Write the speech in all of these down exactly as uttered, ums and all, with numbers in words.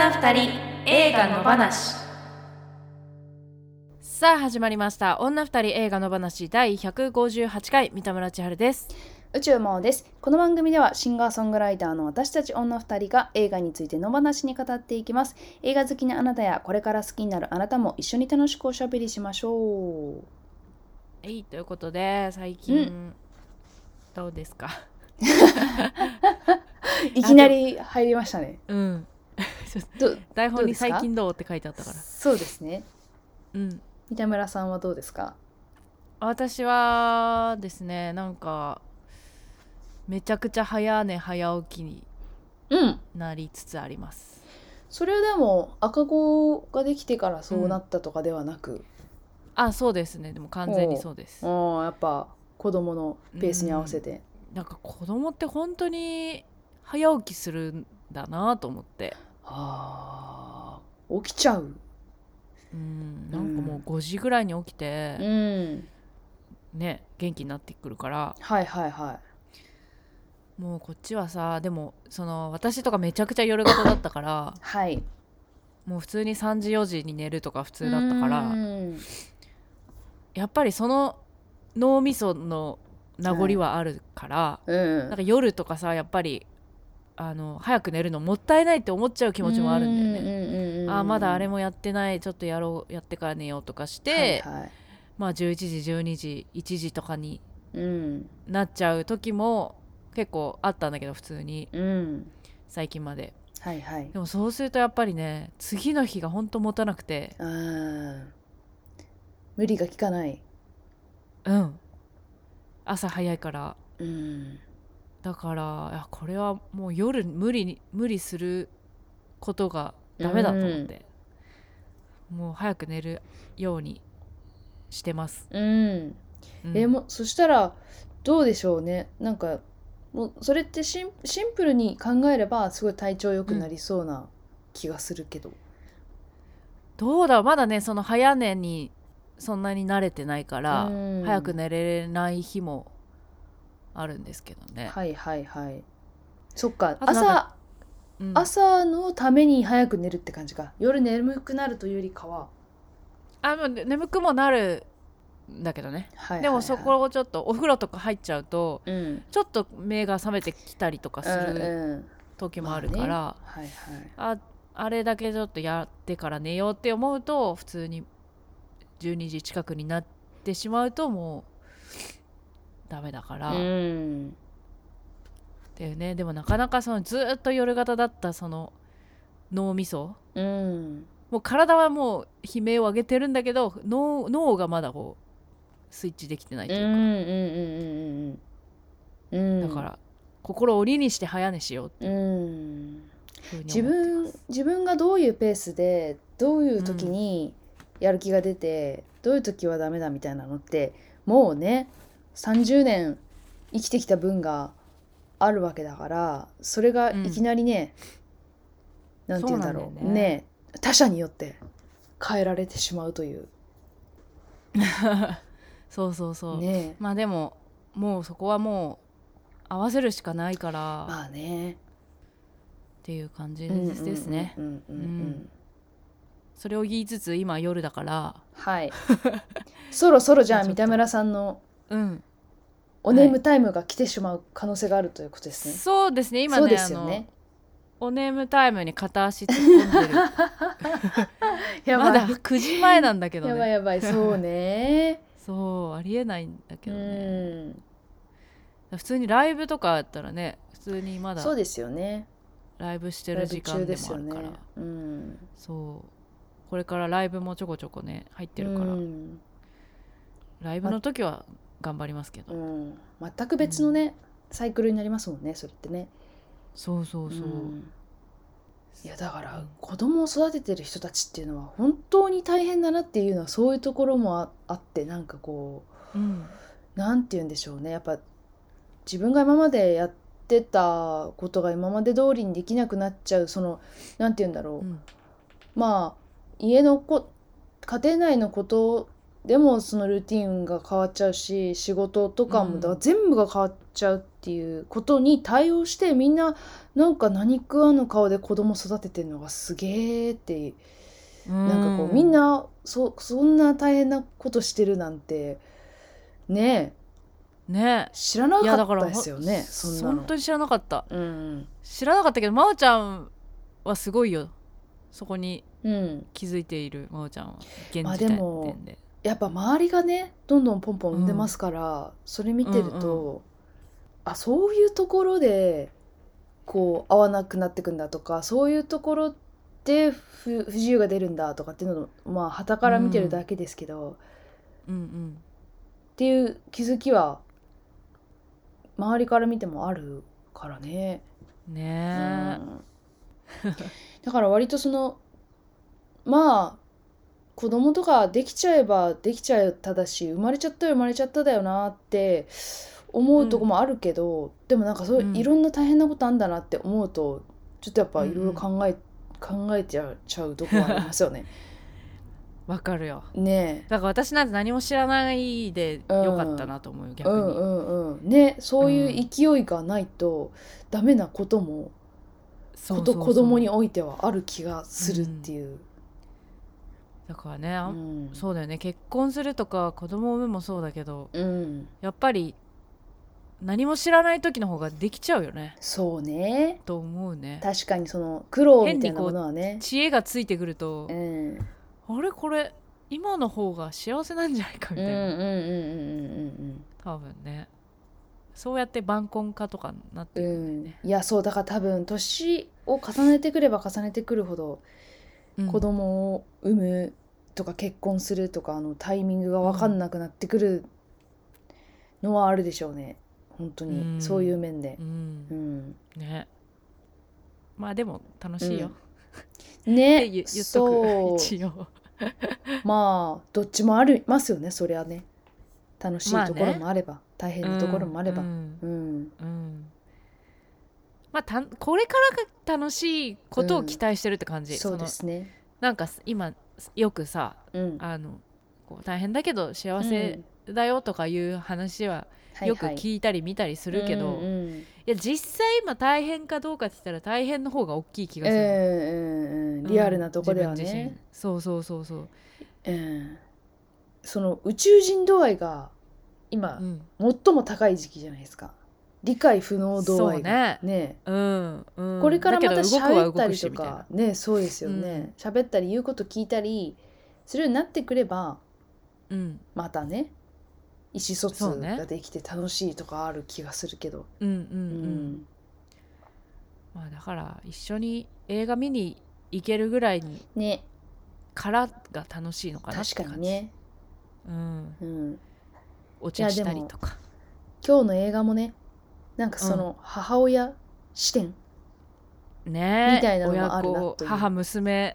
女二人映画の話。 さあ始まりました。女二人映画の話第ひゃくごじゅうはちかい、三田村千春です。 宇宙魔王です。この番組ではシンガーソングライターの私たち女二人が映画についての話に語っていきます。映画好きなあなたやこれから好きになるあなたも一緒に楽しくおしゃべりしましょう。 はい、ということで最近、うん、どうですか？ いきなり入りましたね。 うん台本に最近どうって書いてあったから。 そうですね。 うん。 三田村さんはどうですか？ 私はですね、なんかめちゃくちゃ早寝早起きになりつつあります、 うん、それでも赤子ができてからそうなったとかではなく、うん、 あ、そうですね。でも完全にそうです。 あ、やっぱ子供のペースに合わせて、 うん、なんか子供って本当に早起きするんだなと思って。 あー、起きちゃう。 うん、なんかもうごじぐらいに起きて、 うん、 ね、元気になってくるから。 はいはいはい。 もうこっちはさ、でもその私とかめちゃくちゃ夜型だったからはい、 もう普通にさんじよじに寝るとか普通だったから、やっぱりその脳みその名残はあるから、はいうん、なんか夜とかさ、やっぱりあの早く寝るのもったいないって思っちゃう気持ちもあるんだよね。うんうんうん、あ、まだあれもやってない、ちょっとやろう、やってから寝ようとかして、はいはい、まあじゅういちじじゅうにじいちじとかになっちゃう時も結構あったんだけど、普通に、うん、最近まで、はいはい、でもそうするとやっぱりね、次の日がほんと持たなくて、あ、 無理が効かない。 うん、朝早いから、うん、だからいやこれはもう夜無理に無理することがダメだと思って、うん、もう早く寝るようにしてます、 うんうん、えもそしたらどうでしょうね。なんかもうそれってシン、シンプルに考えればすごい体調良くなりそうな気がするけど、うん、 どうだ、まだねその早寝にそんなに慣れてないから、うん、早く寝れない日もあるんですけどね。はいはいはい。 そっか、朝、うん、朝のために早く寝るって感じか。夜眠くなるというよりかは、 あ、もう眠くもなるんだけどね、はいはいはい、でもそこをちょっとお風呂とか入っちゃうと、うん、ちょっと目が覚めてきたりとかする時もあるから、うんうん、まあね、はいはい、あ、あれだけちょっとやってから寝ようって思うと普通にじゅうにじ近くになってしまうともうダメだから、うん、っていうね。でもなかなかそのずっと夜型だったその脳みそ、うん、もう体はもう悲鳴を上げてるんだけど 脳, 脳がまだこうスイッチできてないというか、うんうんうんうん、だから心を折にして早寝しようっていう、うん、 自分自分がどういうペースでどういう時にやる気が出て、うん、どういう時はダメだみたいなのってもうねさんじゅうねん生きてきた分があるわけだから、それがいきなりね、うん、なんて言うんだろう、 う, ね, ね他者によって変えられてしまうというそうそうそう、ね、まあでももうそこはもう合わせるしかないから、 まあねっていう感じですね。それを言いつつ今夜だから、はいそろそろじゃあ三田村さんのおネームタイムが来てしまう可能性があるということですね。はい、 そうですね。今ね、そうですよね、あのおネームタイムに片足突っ込んでるやばい、まだくじまえなんだけどね。 やばいやばい、そうねそうありえないんだけどね。うん、普通にライブとかやったらね、普通にまだそうですよね、 ライブしてる時間でもあるから、ね、うん、そうこれからライブもちょこちょこね入ってるから、うん、ライブの時は頑張りますけど、まうん、全く別のね、うん、サイクルになりますもんね、それってね。 そうそうそう、うん、 いやだから子供を育ててる人たちっていうのは本当に大変だなっていうのはそういうところも あ, あってなんかこう、うん、なんて言うんでしょうね、やっぱ自分が今までやってたことが今まで通りにできなくなっちゃう、そのなんて言うんだろう、うん、まあ家のこ家庭内のことでもそのルーティンが変わっちゃうし仕事とかもだから全部が変わっちゃうっていうことに対応してみんななんか何食わぬ顔で子供育ててるのがすげーってなんかこうみんな そ, そんな大変なことしてるなんてねえね知らなかったですよね。そんなの本当に知らなかった、 うん、 知らなかったけど真央ちゃんはすごいよそこに気づいている真央ちゃんは現時点で、まあ、でもやっぱ周りがねどんどんポンポン産んでますから、うん、それ見てると、うんうん、あそういうところでこう合わなくなってくんだとかそういうところで不自由が出るんだとかっていうのをまあ傍から見てるだけですけど、 うんうんうん、 っていう気づきは周りから見てもあるからね。 ねえ、うん、だから割とそのまあ子供とかできちゃえばできちゃっただし生まれちゃったら生まれちゃっただよなって思うとこもあるけど、うん、でもなんかそう、うん、いろんな大変なことあんだなって思うとちょっとやっぱいろいろ考え、うん、考えちゃうとこはありますよね。 わかるよねえだから私なんて何も知らないでよかったなと思うよ、うん、逆に、 うんうんうん、ねそういう勢いがないとダメなことも、うん、こと子供においてはある気がするっていう、うん、 だからね、 うん、 そうだよね結婚するとか子供を産むもそうだけど、 うん、 やっぱり何も知らない時の方ができちゃうよね。 そうねと思うね。 確かにその苦労みたいなものはね変にこう知恵がついてくると、 うん、 あれこれ今の方が幸せなんじゃないかみたいな、 うんうんうんうんうんうん多分ねそうやって晩婚化とかになってくるんだよね、 うん、いやそうだから多分年を重ねてくれば重ねてくるほど、うん、子供を産むとか結婚するとかのタイミングが分かんなくなってくるのはあるでしょうね本当に、うん、そういう面で、 うんうん、ねまあでも楽しいよ、 うん、ねって言っとく一応まあどっちもありますよねそりゃね楽しいところもあれば、まあね、大変なところもあれば、 うんうんうんうん、まあたこれからが楽しいことを期待してるって感じ、うん、 そうですねなんか今よくさ、 うん、 あのこう大変だけど幸せだよとかいう話はよく聞いたり見たりするけど、はいはい、いや実際今大変かどうかって言ったら大変の方が大きい気がする、 えー、リアルなとこではね、うん、自分自身そうそうそうそう、 えー、その宇宙人度合いが今、うん、最も高い時期じゃないですか理解不能度合いが ね, ね、 うんうん、 これからまた喋ったりとかねそうですよね喋、うん、ったり言うこと聞いたりするようになってくれば、 うん、 またね意思疎通ができて楽しいとかある気がするけど、 うんうんうん、うん、まあだから一緒に映画見に行けるぐらいにねからが楽しいのかなって感じ。 確かにね、 うんうん、 お茶したりとか今日の映画もねなんかその母親視点、 うん、ねみたいなのもあるなという親子母娘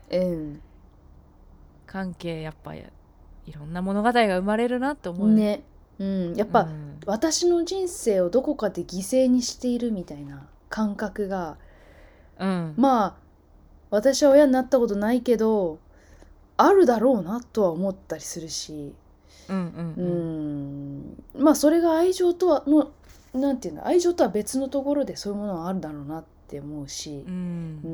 関係やっぱりいろんな物語が生まれるなって思うね、うん、やっぱ、うん、私の人生をどこかで犠牲にしているみたいな感覚が、 うん、 まあ私は親になったことないけどあるだろうなとは思ったりするし、 うんうんうん、 うんまあそれが愛情とはのなんていうの愛情とは別のところでそういうものはあるだろうなって思うし、 うんうん、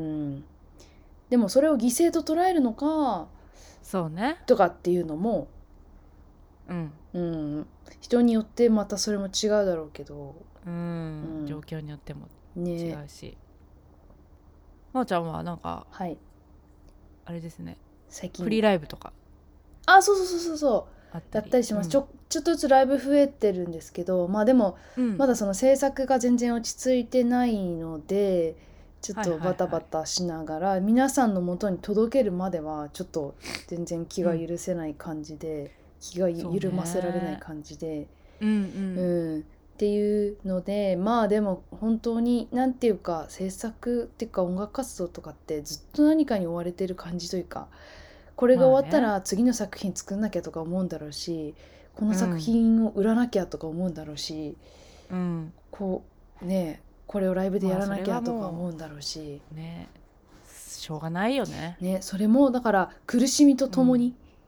でもそれを犠牲と捉えるのかそうねとかっていうのも、 うんうん、人によってまたそれも違うだろうけど、 うんうん、状況によっても違うし、ね、まおちゃんはなんか、 はい、 あれですね最近フリーライブとかあそうそうそうそうそうだったりします、うん、ちょちょっとずつライブ増えてるんですけどまあでも、うん、まだその制作が全然落ち着いてないのでちょっとバタバタしながら、はいはいはい、皆さんの元に届けるまではちょっと全然気が許せない感じで、うん、気が緩ませられない感じで、 うんうんうん、っていうのでまあでも本当になんていうか制作っていうか音楽活動とかってずっと何かに追われてる感じというかこれが終わったら次の作品作んなきゃとか思うんだろうし、この作品を売らなきゃとか思うんだろうし、 うん、 こうねこれをライブでやらなきゃとか思うんだろうし、 まあ、ねしょうがないよね。 ねそれもだから苦しみとともに、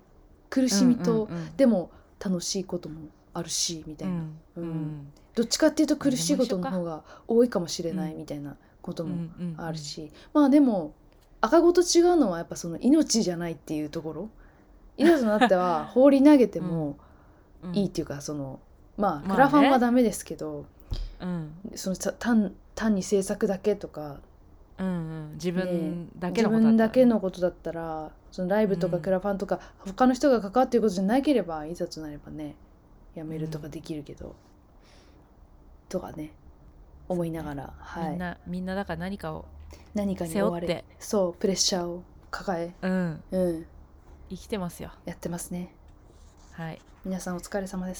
苦しみと、 うんうんうん、 でも楽しいこともあるしみたいな、うんうん、どっちかっていうと苦しいことの方が多いかもしれないみたいなこともあるし、うんうんうん、まあでも赤子と違うのはやっぱその命じゃないっていうところ、いざとなっては放り投げてもいいっていうか、そのまあクラファンはダメですけど、まあね、うん、その単、単に制作だけとか、 うんうん、自分だけのことだったら、ね、 自分だけのことだったらそのライブとかクラファンとか、うん、他の人が関わっていることじゃなければいざとなればねやめるとかできるけど、うん、とかね思いながら、はい、 みんなみんなだから何かを何かに追われ、そうプレッシャーを抱え、 うんうん、 生きてますよ。 やってますね。 はい、 皆さんお疲れ様です。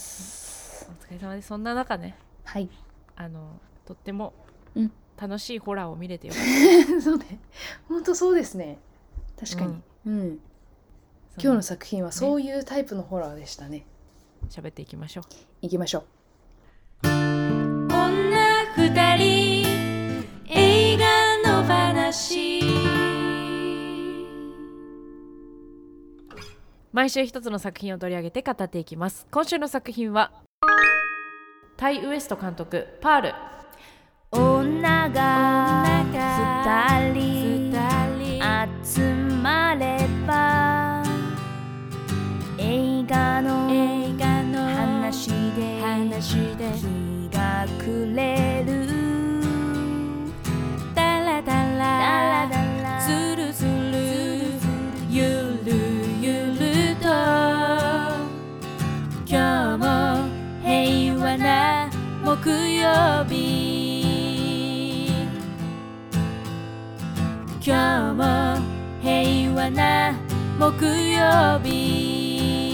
お疲れ様です。そんな中ね、 はい、あのとっても、 うん、 楽しいホラーを見れてよかったそうね、本当そうですね、確かに、うん、うん、今日の作品はそういうタイプのホラーでしたね。 喋、ね、っていきましょう。 いきましょう。 女二人映画の話。 毎週一つの作品を取り上げて語っていきます。今週の作品はタイ・ウエスト監督、パール。 女が二人集まれば映画の話で日が暮れる。ダラダラズルズルゆるゆると今日も平和な木曜日。今日も平和な木曜日。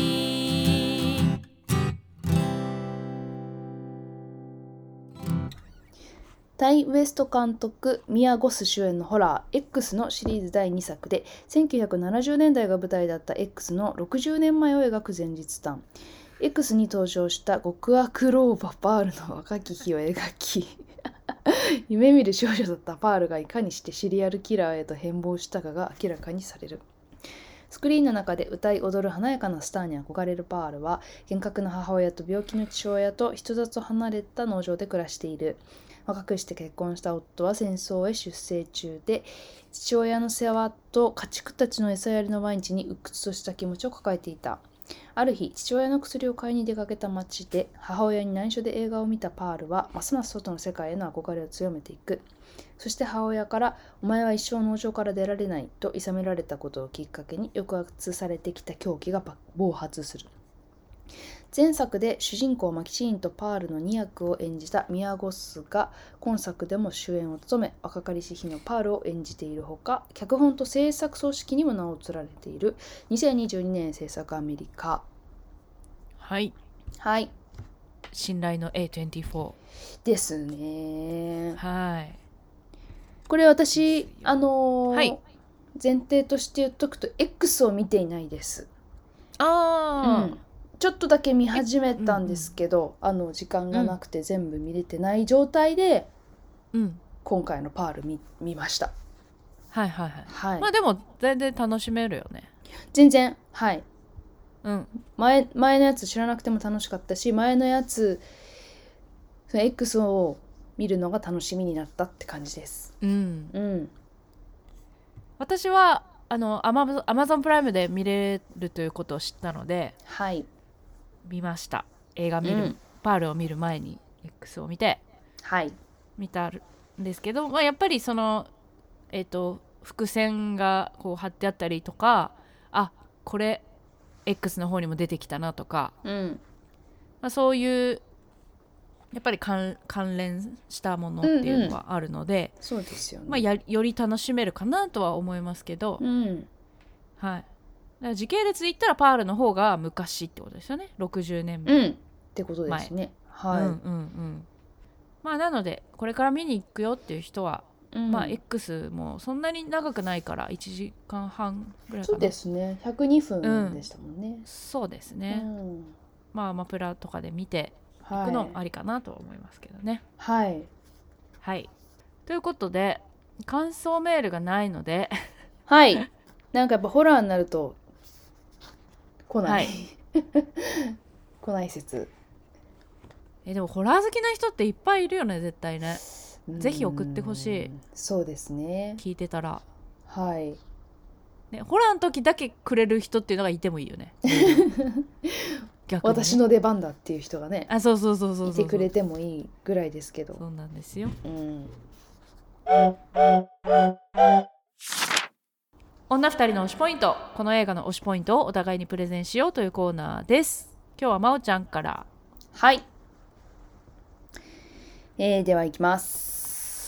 タイ・ウエスト監督、ミア・ゴス主演のホラー X のシリーズだいにさくで、せんきゅうひゃくななじゅうねんだいが舞台だった X のろくじゅうねんまえを描く前日談。 X に登場した極悪老婆パールの若き日を描き夢見る少女だったパールがいかにしてシリアルキラーへと変貌したかが明らかにされる。スクリーンの中で歌い踊る華やかなスターに憧れるパールは、厳格な母親と病気の父親と人里離れた農場で暮らしている。若くして結婚した夫は戦争へ出征中で、父親の世話と家畜たちの餌やりの毎日に鬱屈とした気持ちを抱えていた。ある日、父親の薬を買いに出かけた街で母親に内緒で映画を見たパールはますます外の世界への憧れを強めていく。そして母親から、お前は一生農場から出られないと諌められたことをきっかけに抑圧されてきた狂気が暴発する。前作で主人公マキシーンとパールのに役を演じたミア・ゴスが今作でも主演を務め、若かりし日のパールを演じているほか、脚本と制作組織にも名を連ねている。にせんにじゅうにねん制作アメリカ。 はいはい、 信頼の エーにじゅうよんですね。 はい、 これ私あのーはい、 前提として言っとくと X を見ていないです。 あー、 うん、ちょっとだけ見始めたんですけど、うんうん、あの時間がなくて全部見れてない状態で、うん、今回のパール 見, 見ました。 はいはいはい、 はい、 まあでも全然楽しめるよね。 全然、はい、 うん、 前, 前のやつ知らなくても楽しかったし、前のやつその X を見るのが楽しみになったって感じです。 うんうん、 私はあの Amazon プライムで見れるということを知ったので、 はい、 見ました。映画見る、うん、パールを見る前に X を見て、 はい、 見たんですけど、まあ、やっぱりそのえっと伏線がこう貼ってあったりとか、あ、これ X の方にも出てきたなとか、 うんまあ、そういうやっぱり関連したものっていうのがあるので、 うんうん、そうですよね、 まあ、やより楽しめるかなとは思いますけど、 うんはい、だから時系列で言ったらパールの方が昔ってことですよね。ろくじゅうねんまえ、 うん、ってことですね。はい、うんうんうん、 まあなのでこれから見に行くよっていう人は、うん、まあ X もそんなに長くないからいちじかんはんぐらいかな。 そうですね、ひゃくにふんでしたもんね、うん、 そうですね、うん、まあアマプラとかで見て行くのありかなと思いますけどね。 はい、 はい、ということで感想メールがないのではい、なんかやっぱホラーになると来ない、 はい、 来ない説。 えでもホラー好きな人っていっぱいいるよね絶対ね。ぜひ送ってほしい。 そうですね、 聞いてたら、 はい、 ね、ホラーの時だけくれる人っていうのがいてもいいよね逆にね、 私の出番だっていう人がね、 あ、そうそうそうそうそう、 いてくれてもいいぐらいですけど。 そうなんですよ、 うん、 女二人の推しポイント。この映画の推しポイントをお互いにプレゼンしようというコーナーです。今日はまおちゃんから。 はい、えー、ではいきます。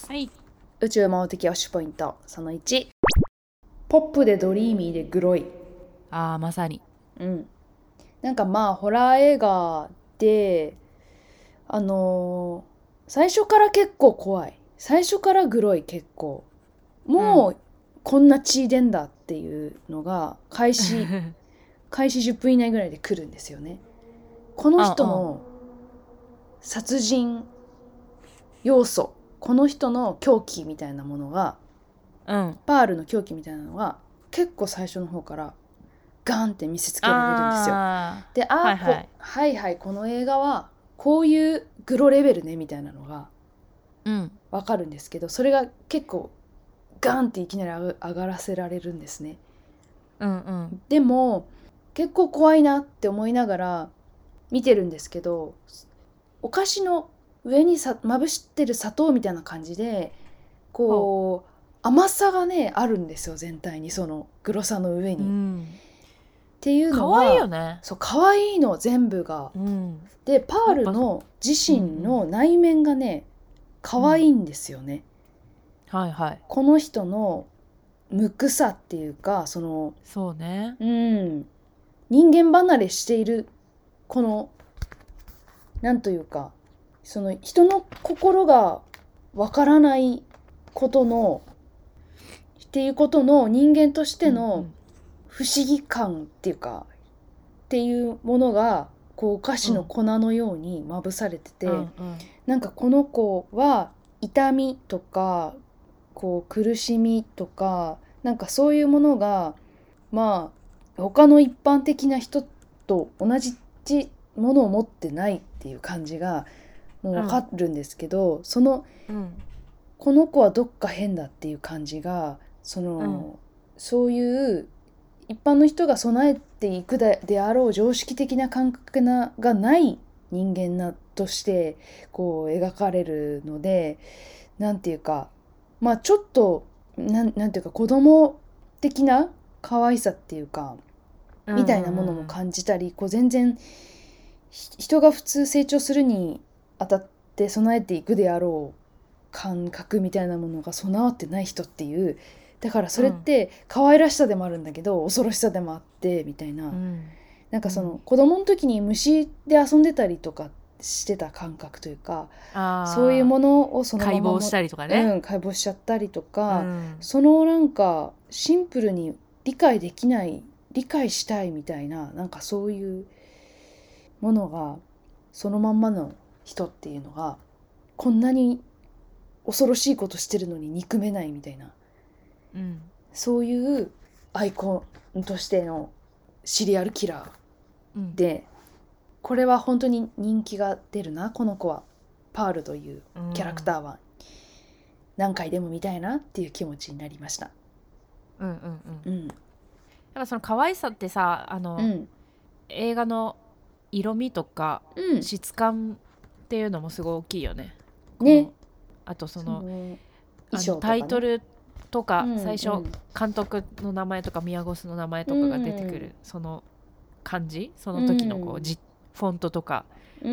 はい。 宇宙魔王的推しポイントそのいち、ポップでドリーミーでグロい。 あーまさに、 うん、なんかまあホラー映画であのー、最初から結構怖い、最初からグロい、結構もうこんな血出んだっていうのが開始開始じゅっぷん以内ぐらいで来るんですよね。この人の殺人要素、この人の狂気みたいなものが、うん、パールの狂気みたいなのが結構最初の方からガンって見せつけられるんですよ。で、あ、はいはい、はいはい、この映画はこういうグロレベルねみたいなのが分かるんですけど、それが結構ガンっていきなり上がらせられるんですね。うんうん、でも結構怖いなって思いながら見てるんですけど、お菓子の上にさまぶしてる砂糖みたいな感じでこう甘さがねあるんですよ、全体にそのグロさの上に、うん、っていうのは可愛いよね。 そう可愛いの全部が、うん、でパールの自身の内面がね可愛いんですよね、うん、はいはい、この人の無垢さっていうか、そのそうね、 うん、人間離れしているこのなんというか、その人の心がわからないことのっていうことの人間としての不思議感っていうか、っていうものがこうお菓子の粉のようにまぶされてて、うんうん、なんかこの子は痛みとかこう苦しみとかなんかそういうものがまあ他の一般的な人と同じものを持ってないっていう感じがもうわかるんですけど、うん、その、うん、この子はどっか変だっていう感じがその、うん、そういう一般の人が備えていくであろう常識的な感覚ながない人間なとしてこう描かれるので、なんていうかまあちょっとなん、なんていうか子供的な可愛さっていうかみたいなものも感じたり、こう全然人が普通成長するにあたって備えていくであろう感覚みたいなものが備わってない人っていう、だからそれって可愛らしさでもあるんだけど、うん、恐ろしさでもあってみたいな、うん、なんかその、うん、子供の時に虫で遊んでたりとかしてた感覚というか、そういうものをそのまま解剖したりとかね、 うん、解剖しちゃったりとか、うん、そのなんかシンプルに理解できない理解したいみたいな、なんかそういうものがそのまんまの人っていうのがこんなに恐ろしいことしてるのに憎めないみたいな、うん、そういうアイコンとしてのシリアルキラーで、うん、これは本当に人気が出るなこの子は、パールというキャラクターは何回でも見たいなっていう気持ちになりました。 うんうんうん、うん、やっぱその可愛さってさ、あの、うん、映画の色味とか、うん、質感っていうのもすごい大きいよね。ね、あとその、その衣装とかね、タイトルとか、うん、最初、うん、監督の名前とか宮越の名前とかが出てくる、うん、その感じ、その時のこう、うん、フォントとか、うん、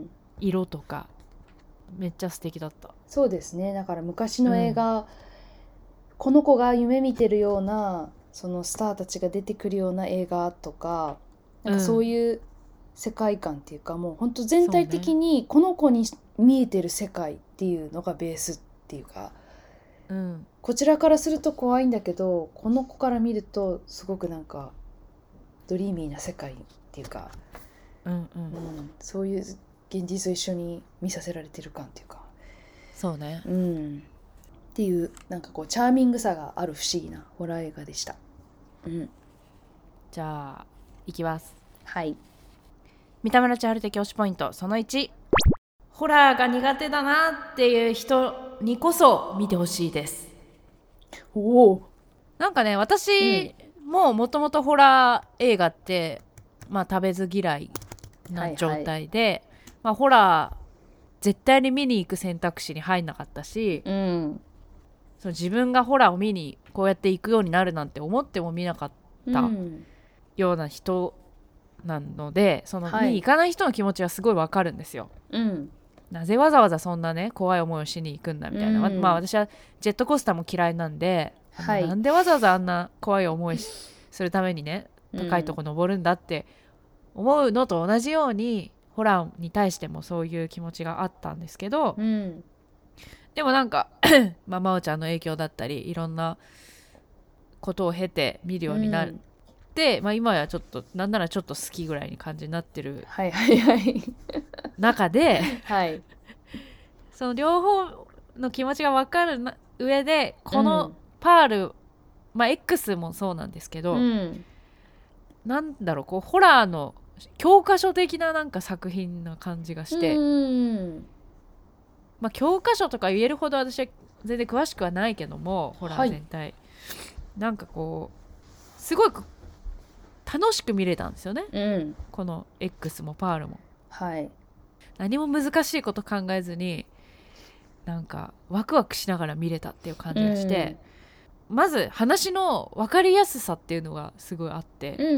色とかめっちゃ素敵だった。 そうですね、だから昔の映画、うん、この子が夢見てるようなそのスターたちが出てくるような映画とか、なんかそういう世界観っていうか、うん、もう本当全体的にこの子に見えてる世界っていうのがベースっていうか、うん、こちらからすると怖いんだけどこの子から見るとすごくなんかドリーミーな世界っていうか、うんうんうん、そういう現実と一緒に見させられてる感っていうか、 そうね、 うん、っていうなんかこうチャーミングさがある不思議なホラー映画でした。うん、 じゃあいきます。 はい。 三田村千春的推しポイントそのいち、ホラーが苦手だなっていう人にこそ見てほしいです。 おお。 なんかね、私ももともとホラー映画って、まあ、食べず嫌いな状態で、はいはい、まあ、ホラー絶対に見に行く選択肢に入んなかったし、うん、その自分がホラーを見にこうやって行くようになるなんて思っても見なかったような人なので、その見に行かない人の気持ちはすごいわかるんですよ、うん、なぜわざわざそんなね怖い思いをしに行くんだみたいな、うん、まあ私はジェットコースターも嫌いなんで、はい、なんでわざわざあんな怖い思いするためにね高いとこ登るんだって思うのと同じように、ホラーに対してもそういう気持ちがあったんですけど、うん、でもなんかまあ真央ちゃんの影響だったりいろんなことを経て見るようになって、うん、まあ、今はちょっとなんならちょっと好きぐらいに感じになってる中で、はい、その両方の気持ちが分かる上でこのパール、うん、まあ X もそうなんですけど、うん、なんだろう、こうホラーの教科書的ななんか作品な感じがして、うん、まあ教科書とか言えるほど私は全然詳しくはないけども、ホラー全体、はい、なんかこうすごい楽しく見れたんですよね、うん、この X もパールも、はい、何も難しいこと考えずになんかワクワクしながら見れたっていう感じがして、うん、まず話の分かりやすさっていうのがすごいあって、うん、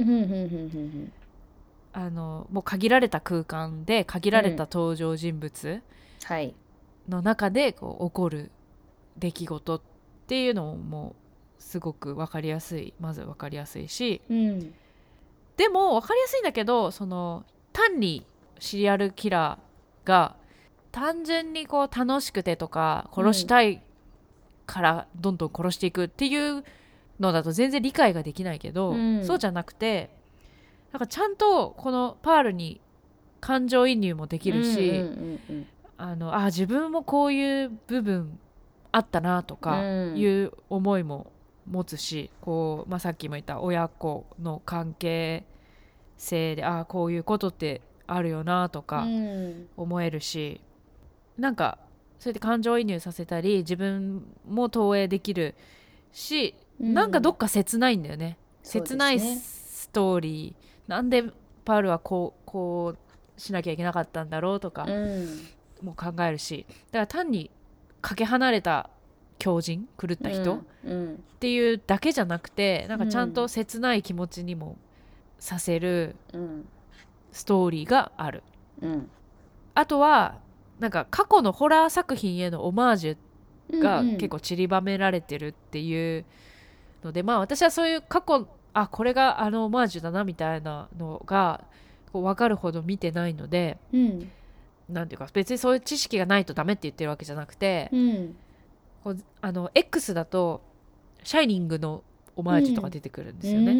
あのもう限られた空間で限られた登場人物の中でこう起こる出来事っていうのもすごく分かりやすい、まず分かりやすいし、うん、でも分かりやすいんだけど、その単にシリアルキラーが単純にこう楽しくてとか殺したいからどんどん殺していくっていうのだと全然理解ができないけど、うん、そうじゃなくてなんかちゃんとこのパールに感情移入もできるし、うんうんうんうん、あのあ自分もこういう部分あったなとかいう思いも持つし、こう、まあ、さっきも言った親子の関係性であこういうことってあるよなとか思えるし、うん、なんかそうやって感情移入させたり自分も投影できるし、うん、なんかどっか切ないんだよね、切ないストーリー、なんでパールはこう、こうしなきゃいけなかったんだろうとかも考えるし、だから単にかけ離れた狂人狂った人、うんうん、っていうだけじゃなくてなんかちゃんと切ない気持ちにもさせるストーリーがある、うん、あとはなんか過去のホラー作品へのオマージュが結構散りばめられてるっていうので、うんうん、まあ私はそういう過去あこれがあのオマージュだなみたいなのがこう分かるほど見てないので、うん、なんていうか別にそういう知識がないとダメって言ってるわけじゃなくて、うん、こうあの X だとシャイニングのオマージュとか出てくるんですよね、うん、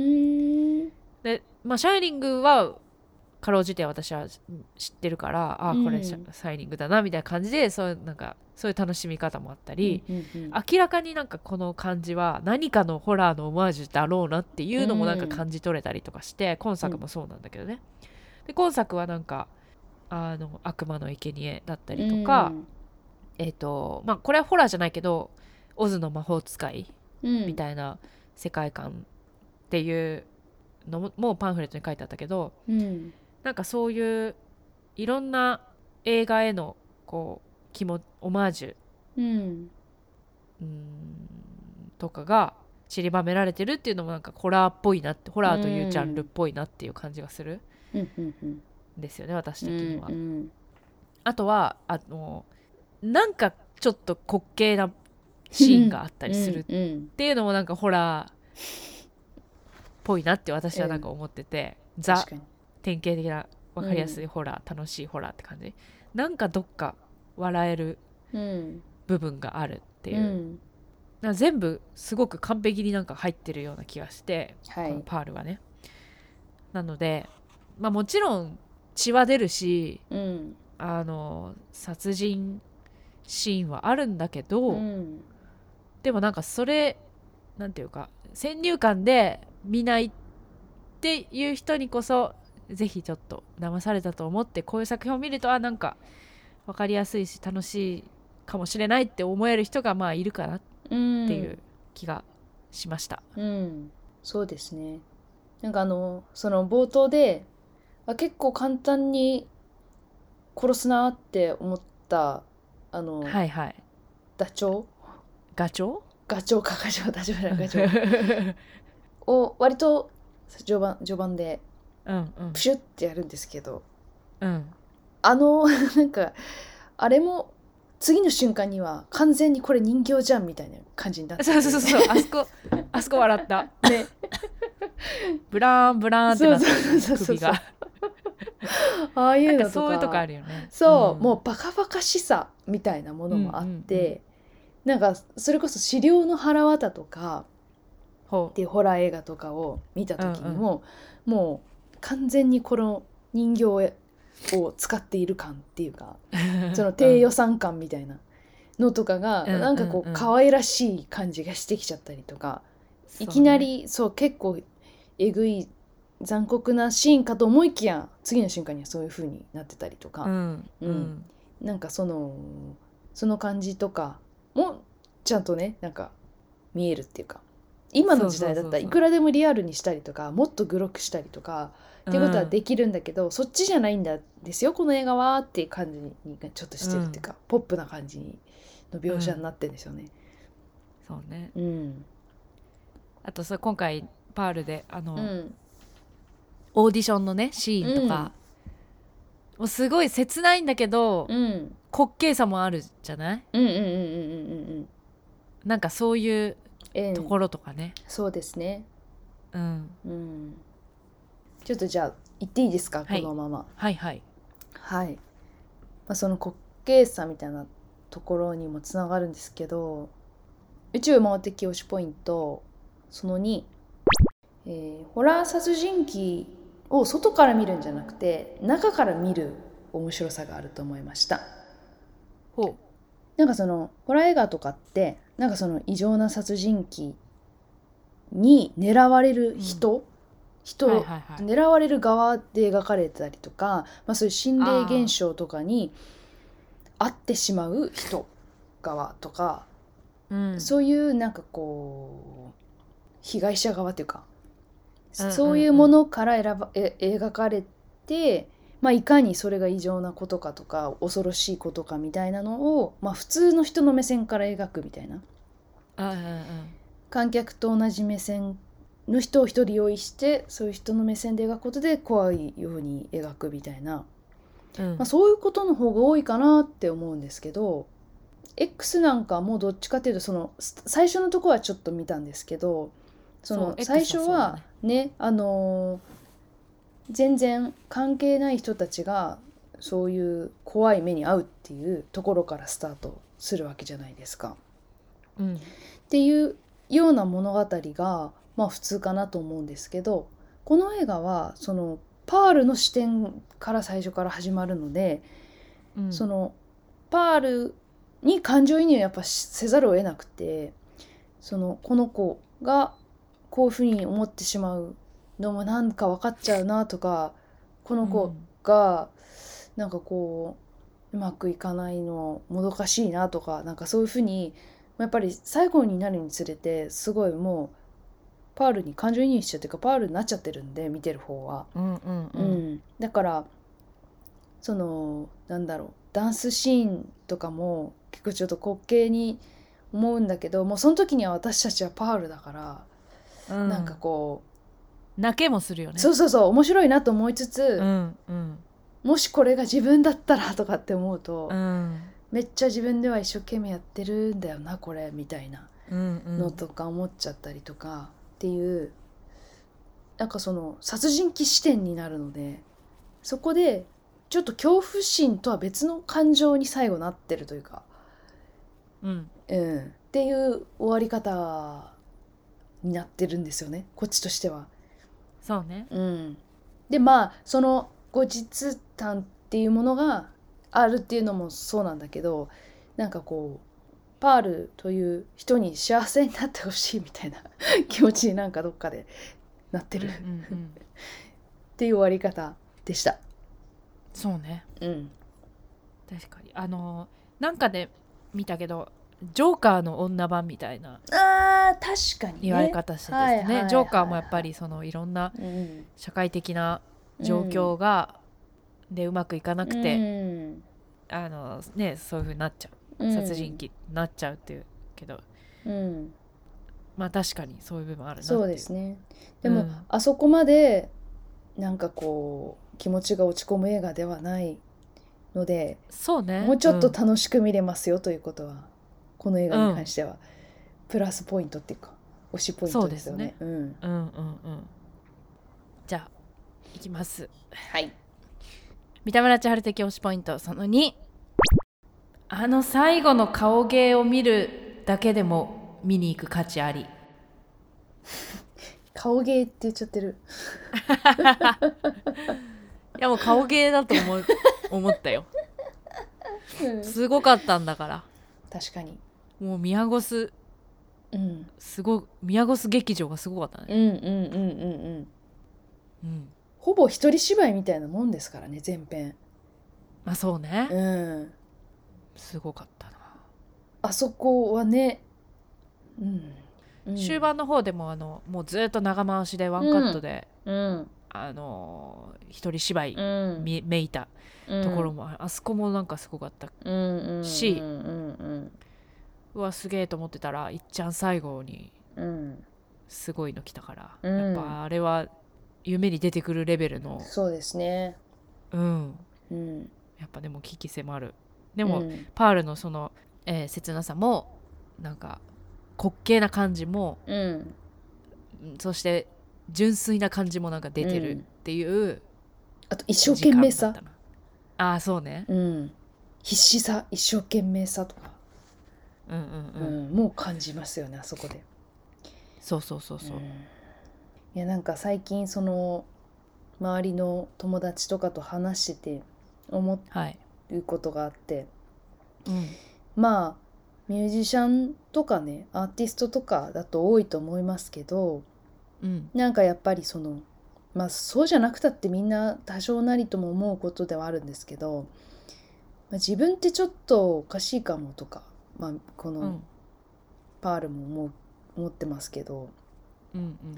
で、まあ、シャイニングはかろうじて私は知ってるからあこれシャイニングだなみたいな感じでそういうなんかそういう楽しみ方もあったり、うんうんうん、明らかになんかこの感じは何かのホラーのオマージュだろうなっていうのもなんか感じ取れたりとかして、うん、今作もそうなんだけどね、で今作はなんかあの悪魔の生贄だったりとか、うん、えっとまあこれはホラーじゃないけどオズの魔法使いみたいな世界観っていうのも、もうパンフレットに書いてあったけど、うん、なんかそういういろんな映画へのこう気もオマージュ、うん、うんとかが散りばめられてるっていうのもなんかホラーっぽいなって、ホラーというジャンルっぽいなっていう感じがするんですよね、私的には、うんうん、あとはあのなんかちょっと滑稽なシーンがあったりするっていうのもなんかホラーっぽいなって私はなんか思ってて、うん、ザ典型的な分かりやすいホラー、うん、楽しいホラーって感じ、なんかどっか笑える部分があるっていう、うん、なんか全部すごく完璧になんか入ってるような気がして、はい、このパールはね、なので、まあ、もちろん血は出るし、うん、あの殺人シーンはあるんだけど、うん、でもなんかそれなんていうか先入観で見ないっていう人にこそぜひちょっと騙されたと思ってこういう作品を見るとあなんか分かりやすいし楽しいかもしれないって思える人がまあいるかなっていう気がしました。 うん、うん、そうですね。なんかあのその冒頭であ結構簡単に殺すなって思ったあの、 はいはい、 ダチョウガチョウガチョウかガチョウダチョウじゃないガチョウを割と序盤序盤でプシュッてやるんですけど、 うん、 あのなんかあれも次の瞬間には完全にこれ人形じゃんみたいな感じになって、 そうそうそうあそこあそこ笑ったねブラーンブラーンってなってる首がああいうのとかそういうとこあるよね。 そう、うん、もうバカバカしさみたいなものもあって、うんうんうん、なんかそれこそ資料の腹渡とかっていうホラー映画とかを見た時にも、うんうん、もう完全にこの人形を使っている感っていうかその低予算感みたいなのとかが、うん、なんかこう可愛らしい感じがしてきちゃったりとか、うんうん、いきなり そう、ね、そう結構えぐい残酷なシーンかと思いきや次の瞬間にはそういう風になってたりとか、 うんうん、 なんかそのその感じとかもちゃんとねなんか見えるっていうか、今の時代だったらいくらでもリアルにしたりとかもっとグロくしたりとかっていうことはできるんだけど、うん、そっちじゃないんだですよこの映画はっていう感じにちょっとしてるっていうか、うん、ポップな感じの描写になってるんですよね、 うん、そうね、 うん、 あとさ今回パールであの、うん、オーディションのねシーンとか、うん、もうすごい切ないんだけど、うん、滑稽さもあるじゃない？ うんうんうんうんうんうん、 なんかそういうところとかね、 うん、そうですね、 うん、 うん、ちょっとじゃあ言っていいですか、はい、このままはいはいはい、まあ、その滑稽さみたいなところにもつながるんですけど、宇宙魔王的推しポイントそのに、えー、ホラー殺人鬼を外から見るんじゃなくて中から見る面白さがあると思いました。 ほう、 なんかそのホラー映画とかってなんかその異常な殺人鬼に狙われる人、うん、人、はいはいはい、狙われる側で描かれたりとか、まあ、そういう心霊現象とかに遭ってしまう人側とか、うん、そういうなんかこう被害者側っていうか、うんうんうん、そういうものから選ばえ描かれて、まあ、いかにそれが異常なことかとか恐ろしいことかみたいなのを、まあ、普通の人の目線から描くみたいな、 うんうんうん、 観客と同じ目線の人を一人用意してそういう人の目線で描くことで怖いように描くみたいな、うんまあ、そういうことの方が多いかなって思うんですけど、 X なんかもどっちかっていうとその最初のとこはちょっと見たんですけど、その最初はね、あのー、全然関係ない人たちがそういう怖い目に遭うっていうところからスタートするわけじゃないですか、うん、っていうような物語がまあ普通かなと思うんですけど、この映画はそのパールの視点から最初から始まるので、うん、そのパールに感情移入をやっぱせざるを得なくて、そのこの子がこういうふうに思ってしまうのもなんか分かっちゃうなとか、この子がなんかこううまくいかないのもどかしいなとか、なんかそういうふうにやっぱり最後になるにつれてすごいもうパールに感情移入しちゃうっていうかパールになっちゃってるんで見てる方は、うんうんうんうん、だからそのなんだろうダンスシーンとかも結構ちょっと滑稽に思うんだけど、もうその時には私たちはパールだから、うん、なんかこう泣けもするよね。 そうそうそう面白いなと思いつつ、 うんうん、 もしこれが自分だったらとかって思うと、うん、めっちゃ自分では一生懸命やってるんだよなこれみたいなのとか思っちゃったりとかっていう、なんかその殺人鬼視点になるので、そこでちょっと恐怖心とは別の感情に最後なってるというか、うんうん、っていう終わり方になってるんですよねこっちとしては。 そうね、 うん、でまあその後日談っていうものがあるっていうのもそうなんだけど、なんかこうパールという人に幸せになってほしいみたいな気持ちになんかどっかでなってる、うんうんうん、 っていう終わり方でした。 そうね、 うん、 確かにあのなんかで見たけどジョーカーの女版みたいなあー確かに、ね、 言われ方してですね、はいはいはいはい、ジョーカーもやっぱりそのいろんな社会的な状況が、うん、でうまくいかなくて、うん、あのね、そういう風になっちゃう、うん、殺人鬼になっちゃうっていうけど、うん、まあ確かにそういう部分あるなっていう。 そうですね。でも、うん、あそこまでなんかこう気持ちが落ち込む映画ではないので、 そうね、 もうちょっと楽しく見れますよということは、うん、この映画に関してはプラスポイントっていうか推しポイントですよね。 そうですね、うん、うんうんうんじゃあいきます。 はい。 三田村千春的推しポイントそのに、あの最後の顔芸を見るだけでも見に行く価値あり。 顔芸って言っちゃってるいやもう顔芸だと思, 思ったよ、うん、すごかったんだから。 確かにもう宮越、うん、すご宮越劇場がすごかったね。 うんうんうんうんうん、うん、ほぼ一人芝居みたいなもんですからね前編。 まあそうね、 うん、 すごかったなあそこはね、うんうん、終盤の方でもあのもうずっと長回しでワンカットで、うんうん、あの一人芝居、うん、めいたところも、うん、あそこもなんかすごかったし、うんうんうん、うわすげえと思ってたらいっちゃん最後にすごいの来たから、うん、やっぱあれは夢に出てくるレベルの、 そうですね、 うんうん、やっぱでも危機迫る。でも、うん、パールのその、えー、切なさもなんか滑稽な感じも、うん、そして純粋な感じもなんか出てるっていう、うん、 あと一生懸命さ、 ああそうね、 うん、必死さ一生懸命さとか、うんうんうんうん、もう感じますよねあそこで。 そうそうそうそう、うん、いやなんか最近その周りの友達とかと話してて思うことがあって、はいうん、まあミュージシャンとかねアーティストとかだと多いと思いますけど、うん、なんかやっぱりそのまあそうじゃなくたってみんな多少なりとも思うことではあるんですけど、まあ、自分ってちょっとおかしいかもとか、まあ、このパールも思う、思ってますけど、うんうん、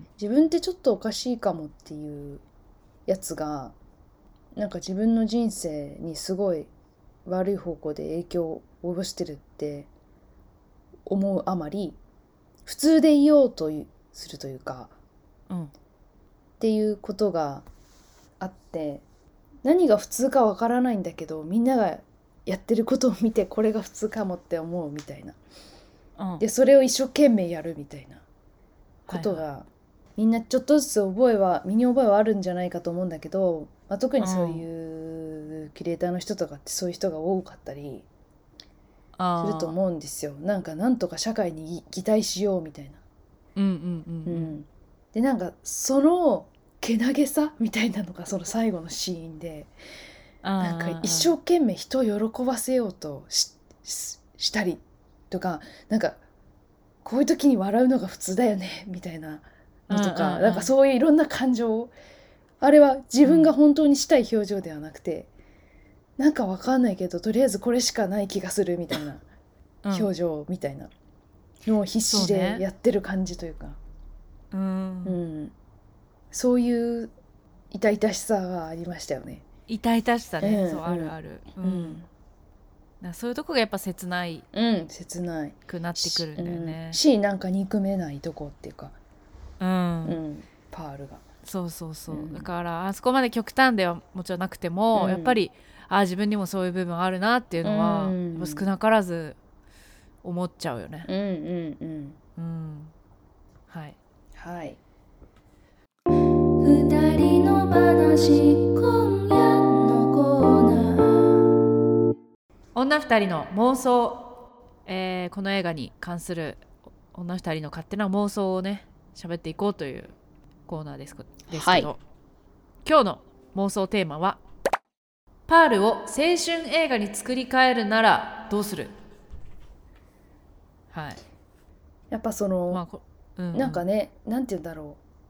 自分ってちょっとおかしいかもっていうやつがなんか自分の人生にすごい悪い方向で影響を及ぼしてるって思うあまり普通でいようとするというか、うん、っていうことがあって、何が普通かわからないんだけどみんながやってることを見てこれが普通かもって思うみたいな、うん、でそれを一生懸命やるみたいなことが、はいはい、みんなちょっとずつ覚えは身に覚えはあるんじゃないかと思うんだけど、まあ、特にそういうキュレーターの人とかってそういう人が多かったりすると思うんですよ。なんかなんとか社会に擬態しようみたいな、うんうんうんうん、でなんかそのけなげさみたいなのがその最後のシーンで、なんか一生懸命人を喜ばせようと し, し, したりとか、なんかこういう時に笑うのが普通だよねみたいなのとか、なんかそういういろんな感情、あれは自分が本当にしたい表情ではなくて、うん、なんかわかんないけどとりあえずこれしかない気がするみたいな表情みたいなのを必死でやってる感じというか、そうね、うんうん、そういう痛々しさがありましたよね。 痛々しさね、うん、そうあるある、うんうんだそういうとこがやっぱ切ない、 うん、切ないくなってくるんだよね、 し、うん、なんか憎めないとこっていうか、うんうん、パールがそうそうそう、うん、だからあそこまで極端ではもちろんなくても、うん、やっぱりあ自分にもそういう部分あるなっていうのは、うん、少なからず思っちゃうよね。うんうんうんうん、はいはい二人の話今夜のコーナー女二人の妄想、えー、この映画に関する女二人の勝手な妄想をね喋っていこうというコーナーです、ですけど、はい、今日の妄想テーマはパールを青春映画に作り変えるならどうする。はい、 やっぱその、まあうんうん、なんかねなんて言うんだろ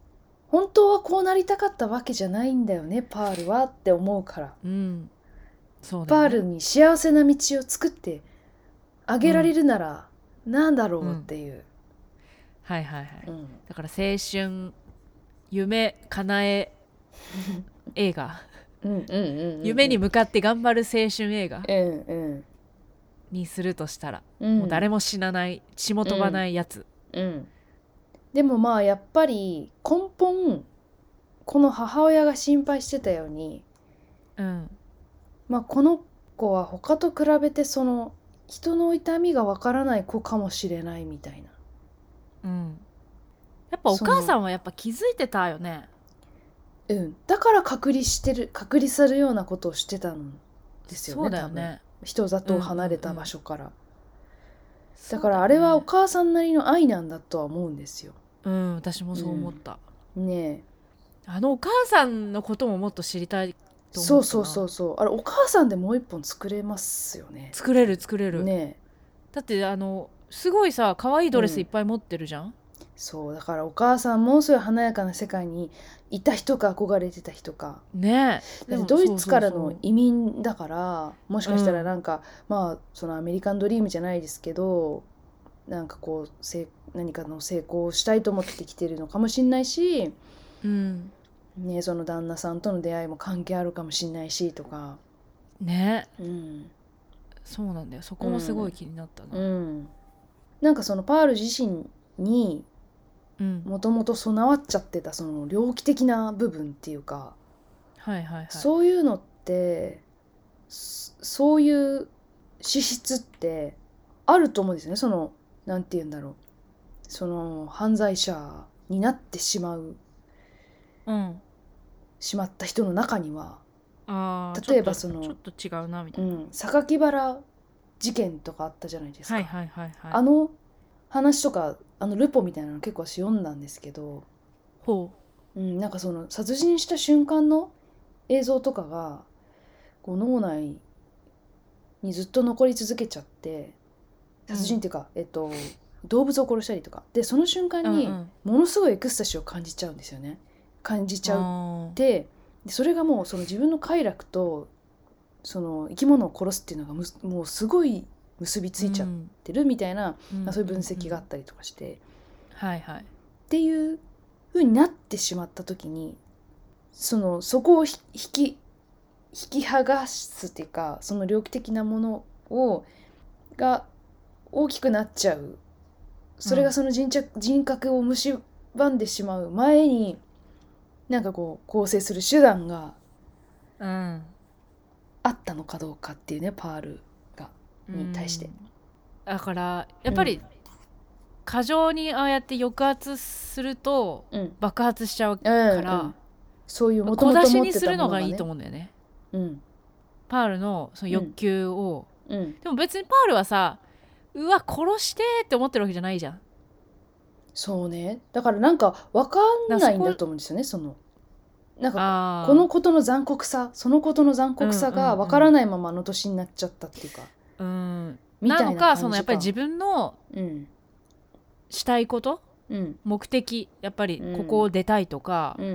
本当はこうなりたかったわけじゃないんだよねパールはって思うから、 うんそうだね、 パールに幸せな道を作ってあげられるならなんだろうっていう、うん、 はいはいはい、うん、だから青春夢叶え映画夢に向かって頑張る青春映画、うんうん、にするとしたら、うん、もう誰も死なない血も飛ばないやつ、 うんうん、でもまあやっぱり根本この母親が心配してたように、うん、まあこの子は他と比べてその人の痛みがわからない子かもしれないみたいな、 うん、やっぱお母さんはやっぱ気づいてたよね。 うん、だから隔離してる隔離するようなことをしてたんですよね。そうだよね。人里を離れた場所から、うんうんうん、だからあれはお母さんなりの愛なんだとは思うんですよ。 うん、私もそう思った、 うん、ねえあのお母さんのことももっと知りたいと思ったな。 そうそうそうそうあれお母さんでもう一本作れますよね。 作れる作れる、 ね、 だってあのすごいさ可愛いドレスいっぱい持ってるじゃん、うん、 そうだからお母さんもそういう華やかな世界にいた人か憧れてた人かねえだってドイツからの移民だからもしかしたらなんか、うん、まあそのアメリカンドリームじゃないですけどなんかこうせ何かの成功をしたいと思ってきてるのかもしれないし、うんね、その旦那さんとの出会いも関係あるかもしれないしとかね、うん、そうなんだよそこもすごい気になったな、 うんうん、なんかそのパール自身にもともと備わっちゃってたその猟奇的な部分っていうか、はいはいはい、そういうのってそういう資質ってあると思うんですよね。そのなんて言うんだろうその犯罪者になってしまう、うん、しまった人の中にはあ例えばそのちょっと違うなみたいな、うん、 榊原事件とかあったじゃないですか、 はいはいはいはい、 あの話とかあのルポみたいなの結構私読んだんですけどほう、うん、なんかその殺人した瞬間の映像とかがこう脳内にずっと残り続けちゃって殺人っていうか、うん、えっと動物を殺したりとかでその瞬間にものすごいエクスタシーを感じちゃうんですよね。感じちゃうってでそれがもうその自分の快楽とその生き物を殺すっていうのがむもうすごい結びついちゃってるみたいな、うんまあ、そういう分析があったりとかして、うんうんうんはいはい、っていう風になってしまった時にそのそこを引き引き剥がすっていうかその猟奇的なものをが大きくなっちゃうそれがその 人, 着、うん、人格を蝕んでしまう前になんかこう構成する手段があったのかどうかっていうねパールがに対して、うん、 だからやっぱり、うん、過剰にああやって抑圧すると爆発しちゃうから、うんうんうん、 そういう元々持ってたものがね、小出しにするのがいいと思うんだよね、うん、パールのその欲求を、うんうん、でも別にパールはさうわ殺してって思ってるわけじゃないじゃん。 そうねだからなんか分かんないんだと思うんですよね。そのなんかこのことの残酷さそのことの残酷さが分からないままあの年になっちゃったっていうか、うんうんうん、 みたいな感じかなのかそのやっぱり自分のしたいこと、うん、目的やっぱりここを出たいとか、うんうんうん、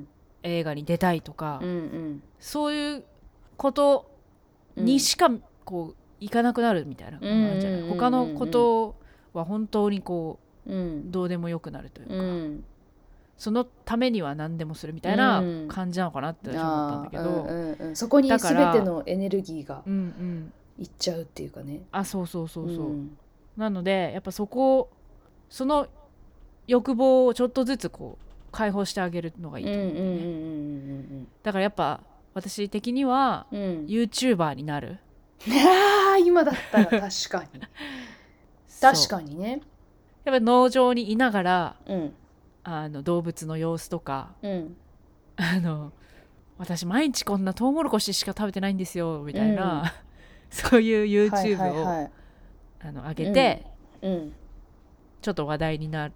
映画に出たいとか、うんうん、そういうことにしかこういかなくなるみたいなのがあるんじゃない、うんうんうんうん、他のことは本当にこう、うん、どうでもよくなるというか、うん、そのためには何でもするみたいな感じなのかなって私は思ったんだけど、うんうんうん、そこに全てのエネルギーがいっちゃうっていうかね、うんうん、 あそうそうそうそう、うん、なのでやっぱそこその欲望をちょっとずつこう解放してあげるのがいいと思うんだよね。だからやっぱ私的には、うん、YouTuber になる。 あ今だったら確かに確かにね。 やっぱ農場にいながら、うん、あの動物の様子とか、うん、あの私毎日こんなトウモロコシしか食べてないんですよみたいな、うん、そういう YouTube を、はいはいはい、あの上げて、うんうん、ちょっと話題になって、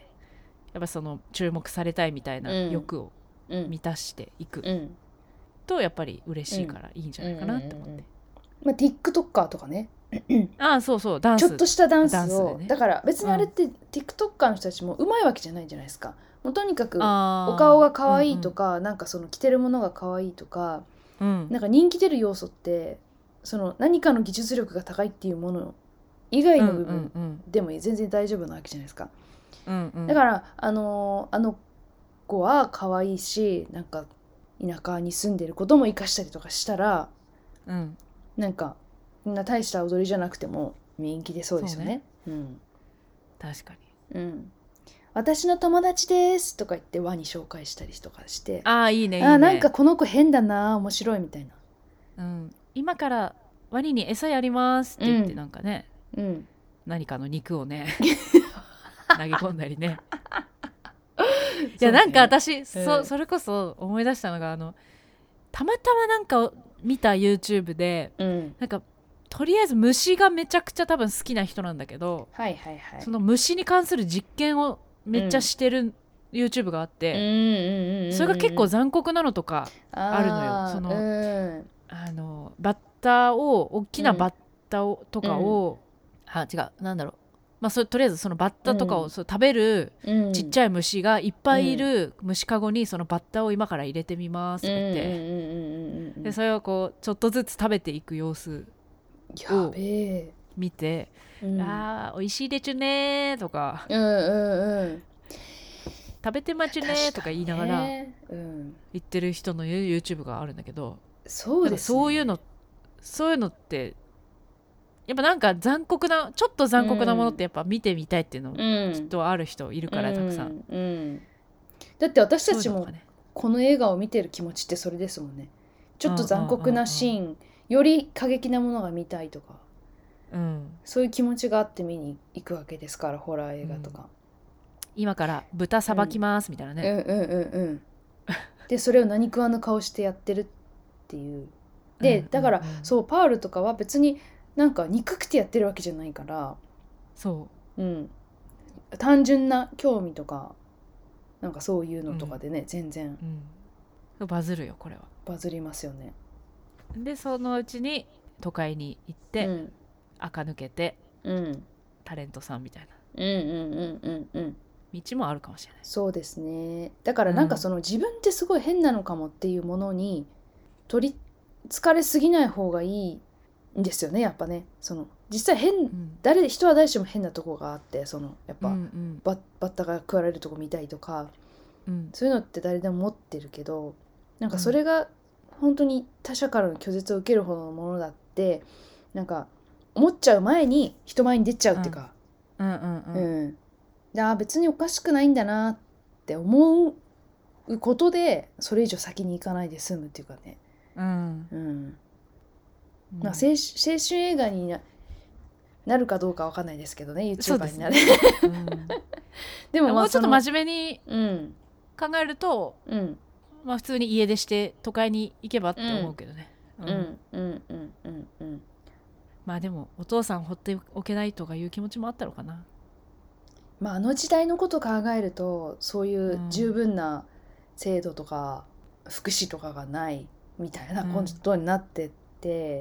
やっぱその注目されたいみたいな欲を満たしていく、うん、とやっぱり嬉しいからいいんじゃないかなって思って、うんうんうんまあ、TikToker とかねああそうそうダンスちょっとしたダンスをダンス、ね、だから別にあれって、うん、TikToker の人たちもうまいわけじゃないじゃないですか。 もうとにかくお顔が可愛いとか、うんうん、なんかその着てるものが可愛いとか、うん、なんか人気出る要素ってその何かの技術力が高いっていうもの以外の部分でも全然大丈夫なわけじゃないですか、うんうん、だからあのあの子は可愛いし、なんか田舎に住んでることも生かしたりとかしたら、うん、なんかみんな大した踊りじゃなくても人気出そうですよね。そうね、うん、 確かに、うん、私の友達ですとか言って輪に紹介したりとかして、 あーいいねいいね、 あなんかこの子変だな面白いみたいな、うん、今からワニに餌やりますって言って、なんかね、うん、何かの肉をね投げ込んだりねいや、なんか私 そ, そ, それこそ思い出したのが、あのたまたまなんか見た YouTube で、うん、なんかとりあえず虫がめちゃくちゃ多分好きな人なんだけど、はいはいはい、その虫に関する実験をめっちゃしてる YouTube があって、うん、それが結構残酷なのとかあるのよ。その、うん、あのバッタを大きなバッタを、うん、とかを、うん、あ違うなんだろう、まあ、それとりあえずそのバッタとかを、うん、そう食べるちっちゃい虫がいっぱいいる虫かごにそのバッタを今から入れてみますって言って、でそれをこうちょっとずつ食べていく様子を見て、うん、あーおいしいでちゅねとか、うんうんうん、食べてまちゅねとか言いながら言ってる人の YouTube があるんだけど、 そうですね、 そういうのそういうのってやっぱなんか残酷なちょっと残酷なものってやっぱ見てみたいっていうのもきっとある人いるから、うん、たくさん、うんうん、 だって私たちもこの映画を見てる気持ちってそれですもんね。ちょっと残酷なシーン、より過激なものが見たいとか、うん、そういう気持ちがあって見に行くわけですから、ホラー映画とか、うん、 今から豚さばきますみたいなね、 うん、うんうんうんうんでそれを何食わぬ顔してやってるっていうで、だから、うんうんうん、そうパールとかは別になんか憎くてやってるわけじゃないから、 そう、うん、 単純な興味とかなんかそういうのとかでね、うん、全然、 うん、バズるよこれは。 バズりますよね。 でそのうちに都会に行って、うん、垢抜けて、うん、タレントさんみたいな、うんうんうんうんうん、道もあるかもしれない。 そうですね。だからなんかその、うん、自分ってすごい変なのかもっていうものに取りつかれすぎない方がいいんですよね、やっぱね。その実際変、うん、誰人は誰しも変なとこがあって、そのやっぱ、うんうん、バ, バッタが食われるとこ見たいとか、うん、そういうのって誰でも持ってるけど、なんかそれが本当に他者からの拒絶を受けるほどのものだってなんか思っちゃう前に人前に出ちゃうっていうか、うんうんうんうん、であ別におかしくないんだなって思うことでそれ以上先に行かないで済むっていうかね、うんうんまあ、青, 青春映画に な, なるかどうかわかんないですけどね、 YouTuber になるで、ねうん、 でも、まあ、もうちょっと真面目に考えると、うんまあ、普通に家出して都会に行けばって思うけどね、うん、うんうんうんうんうんまあでもお父さん放っておけないとかいう気持ちもあったのかな。 まああの時代のこと考えるとそういう十分な制度とか福祉とかがないみたいなことになってって、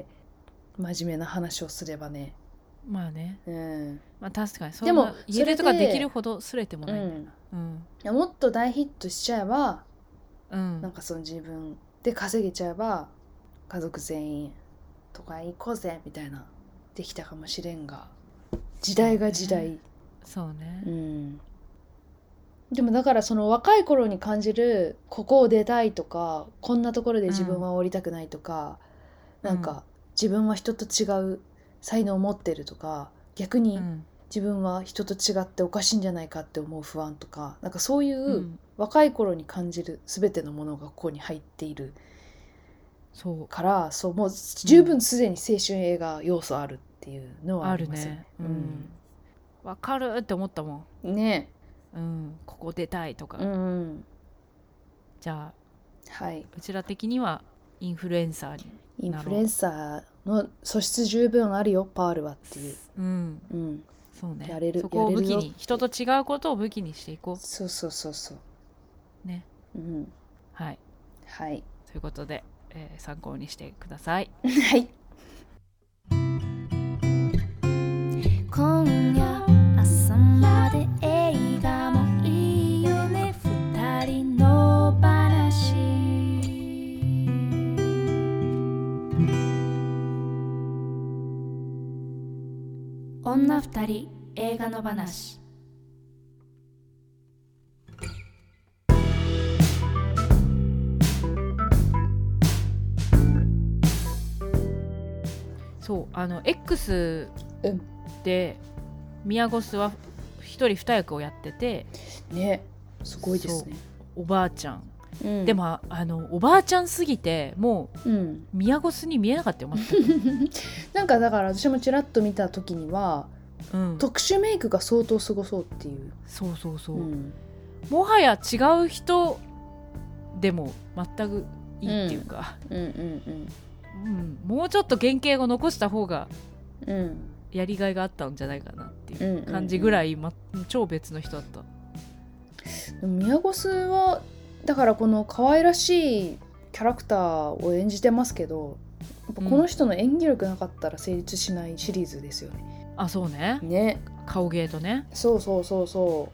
うん、真面目な話をすればね、 まあね、うん、まあ確かにそんな家出とかできるほどすれてもないんだよな、 うんうん、もっと大ヒットしちゃえば、うん、なんかその自分で稼げちゃえば家族全員都会行こうぜみたいなできたかもしれんが、時代が時代、 そうね、 うん、でもだからその若い頃に感じるここを出たいとかこんなところで自分は降りたくないとか、うん、なんか自分は人と違う才能を持ってるとか逆に自分は人と違っておかしいんじゃないかって思う不安とか、なんかそういう若い頃に感じる全てのものがここに入っているから、そう、もう十分すでに青春映画要素あるっていうのはありますよね。 あるね、うん、わかるって思ったもんね、 うん、ここ出たいとか、うん、じゃあ、はい、うちら的にはインフルエンサーにインフルエンサーの素質十分あるよパールはっていう、うんうん、そうね、やれる、そこを武器に人と違うことを武器にしていこう。 そうそうそうそうね、うん、はいはいということで、えー、参考にしてください。 はい。 今夜朝まで映画もいいよね。 女二人映画の話。 そうあの X で宮越は一人二役をやっててね、すごいですね。 おばあちゃん、うん、でもあのおばあちゃんすぎてもう、うん、宮越に見えなかったよ全くなんかだから私もちらっと見た時には、うん、特殊メイクが相当すごそうっていう。 そうそうそう、うん、もはや違う人でも全くいいっていうか、うんうんうんうんうん、もうちょっと原型を残した方がやりがいがあったんじゃないかなっていう感じぐらい、ま、超別の人だった。 宮越はだからこの可愛らしいキャラクターを演じてますけど、やっぱこの人の演技力なかったら成立しないシリーズですよね。 うん、あ、そうね。ね、顔芸とね。 そうそうそうそう。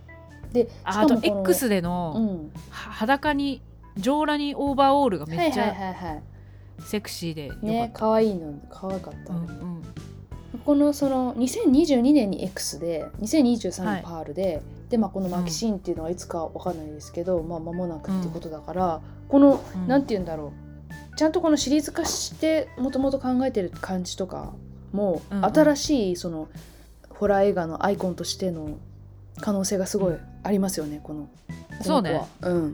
で、 あと X での、うん、裸に上裸にオーバーオールがめっちゃ、はいはいはいはい、セクシーでよかったね。 可愛いの可愛かった、ね、うんうん、このそのにせんにじゅうにねんに X でにせんにじゅうさんねんパールで、はい、でまあこのマキシーンっていうのはいつかわかんないですけど、うん、まあ間もなくっていうことだから、うん、この、うん、なんて言うんだろう、ちゃんとこのシリーズ化してもともと考えてる感じとかも、うんうん、新しいそのホラー映画のアイコンとしての可能性がすごいありますよね、このそうね、 うん、うん、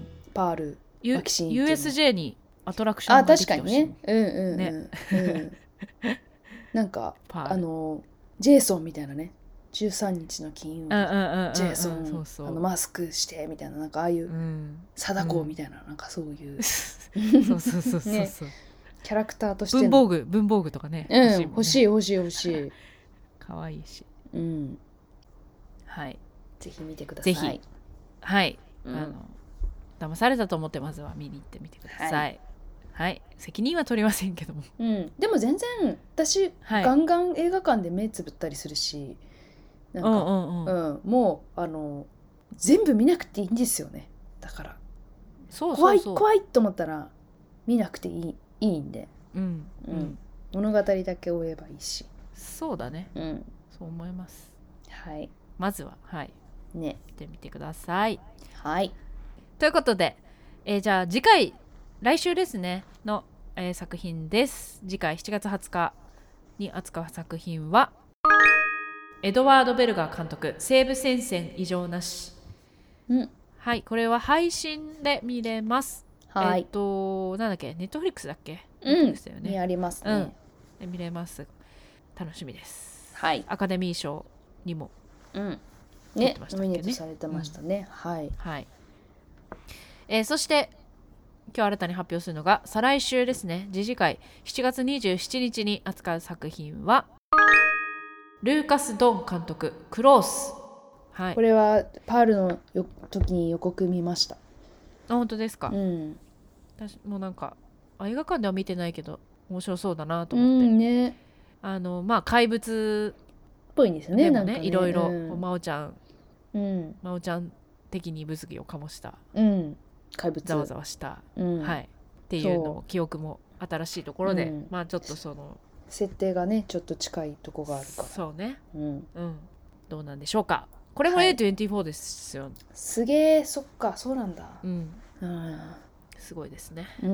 パールマキシーンユーエスジェー にアトラクションができてほしい。 あ、確かにね、うんうんうん、ね、うん、なんかあのジェイソンみたいなね、じゅうさんにちの金曜日、ジェイソン、そうそう、あのマスクしてみたいな、なんかああいう貞子みたいな、うん、なんかそういうそうそうそうそう、ね、 キャラクターとしての文房具文房具とかね、 うん、欲しい欲しい欲しい、 可愛いし、 うん、 はい、 ぜひ見てください。 ぜひ、はい、うん、あの騙されたと思ってまずは見に行ってみてください。はいはい、責任は取りませんけども、 うん、でも全然私、はい、ガンガン映画館で目つぶったりするし、なんか、うんうんうんうん、もうあの全部見なくていいんですよね。だからそうそうそう、怖い怖いと思ったら見なくていい、いいんで、うんうん、物語だけ追えばいいし。 そうだね、うん、そう思います。 はい、 まずははいね、 見てみてください。 はい、 ということで、えー、じゃあ次回来週ですねの、えー、作品です。次回しちがつはつかに扱う作品はエドワード・ベルガー監督、西部戦線異常なし、うん、はい、これは配信で見れます。はい、えっとなんだっけ、ネットフリックスだっけ、 うん、ですよね、見ありますね、 うん、見れます。楽しみです。 はい、 アカデミー賞にも、 うん、ね、ノミネートされてましたね、うん、はい、 はい、えー、そして今日新たに発表するのが再来週ですね、次次回しちがつにじゅうしちにちに扱う作品はルーカス・ドン監督、クロース、はい、 これはパールのよ時に予告見ました。 あ、本当ですか、 うん、 私もなんか映画館では見てないけど面白そうだなと思って、うんね、 あのまあ怪物っぽいんですよね、 でもね、 なんかね、 いろいろ、 うん、 真央ちゃん、 うん、 真央ちゃん的に物議を醸した、 うん、怪物ざわざわした、うん、はい、っていうのも記憶も新しいところで、うん、まあちょっとその設定がねちょっと近いとこがあるから、 そうね、 うん、 うん、どうなんでしょうか。これも エーにじゅうよん ですよ、はい、 すげえ、そっか、そうなんだ、 うんうん、すごいですね、 うん、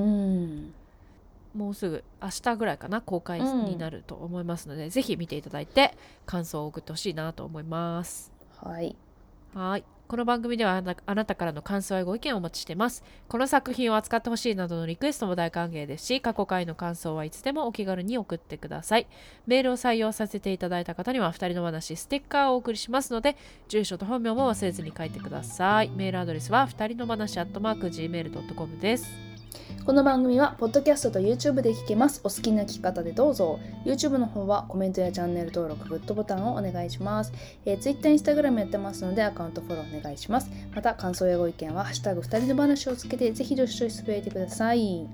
もうすぐ明日ぐらいかな公開になると思いますので、うん、ぜひ見ていただいて感想を送ってほしいなと思います。 はい、 はい、この番組ではあなたからの感想やご意見をお待ちしています。この作品を扱ってほしいなどのリクエストも大歓迎ですし、過去回の感想はいつでもお気軽に送ってください。メールを採用させていただいた方にはふたりの話ステッカーをお送りしますので、住所と本名も忘れずに書いてください。メールアドレスはふたりの話アットマーク ジーメールドットコム です。 この番組はポッドキャストと YouTube で聞けます。お好きな聞き方でどうぞ。 YouTube の方はコメントやチャンネル登録、グッドボタンをお願いします。えー、Twitter、Instagram やってますのでアカウントフォローお願いします。また感想やご意見はハッシュタグふたりの話をつけてぜひどしどしつぶやいてください。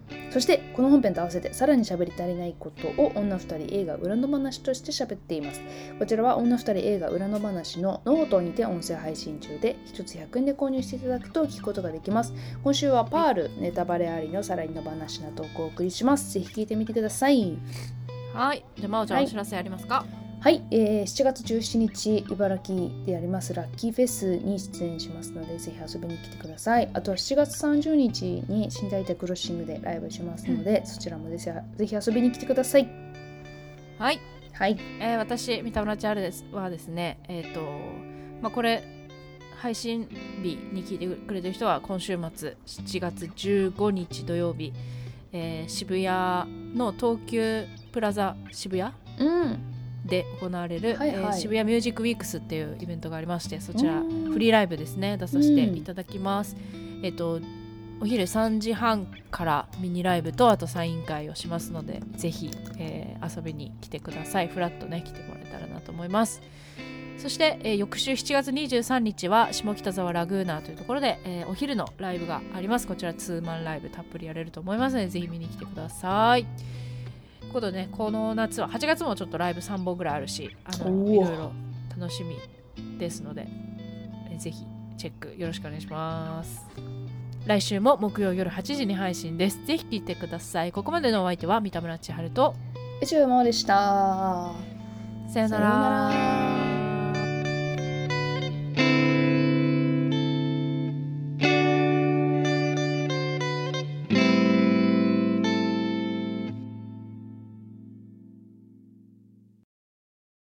そしてこの本編と合わせてさらに喋り足りないことを女ふたり映画裏の話として喋っています。こちらは女ふたり映画裏の話のノートにて音声配信中でひとつひゃくえんで購入していただくと聞くことができます。今週はパールネタバレありのさらにの話なトークをお送りします。ぜひ聞いてみてください。 はい、じゃあ真央ちゃん、はい、お知らせありますか？ はい、えー、しちがつじゅうしちにち茨城でありますラッキーフェスに出演しますのでぜひ遊びに来てください。あとはしちがつさんじゅうにちに新大田クロッシングでライブしますので、うん、そちらもぜひ、ぜひ遊びに来てください。 はい、 はいえー、私三田村千春ですはですね、えーとまあ、これ配信日に聞いてくれてる人は今週末しちがつじゅうごにち土曜日、えー、渋谷の東急プラザ渋谷、うんで行われる、はいはい、えー、渋谷ミュージックウィークスっていうイベントがありまして、そちらフリーライブですね出させていただきます。えっとお昼さんじはんからミニライブとあとサイン会をしますのでぜひ、えー、遊びに来てください。フラッとね来てもらえたらなと思います。そして、えー、翌週しちがつにじゅうさんにちは下北沢ラグーナというところで、えー、お昼のライブがあります。こちらツーマンライブたっぷりやれると思いますのでぜひ見に来てください。ことね、この夏ははちがつもちょっとライブさんぼんぐらいあるし、あのいろいろ楽しみですのでえぜひチェックよろしくお願いします。来週も木曜夜はちじに配信です。ぜひ聞いてください。ここまでのお相手は三田村千春と宇宙真央でした。 さよなら。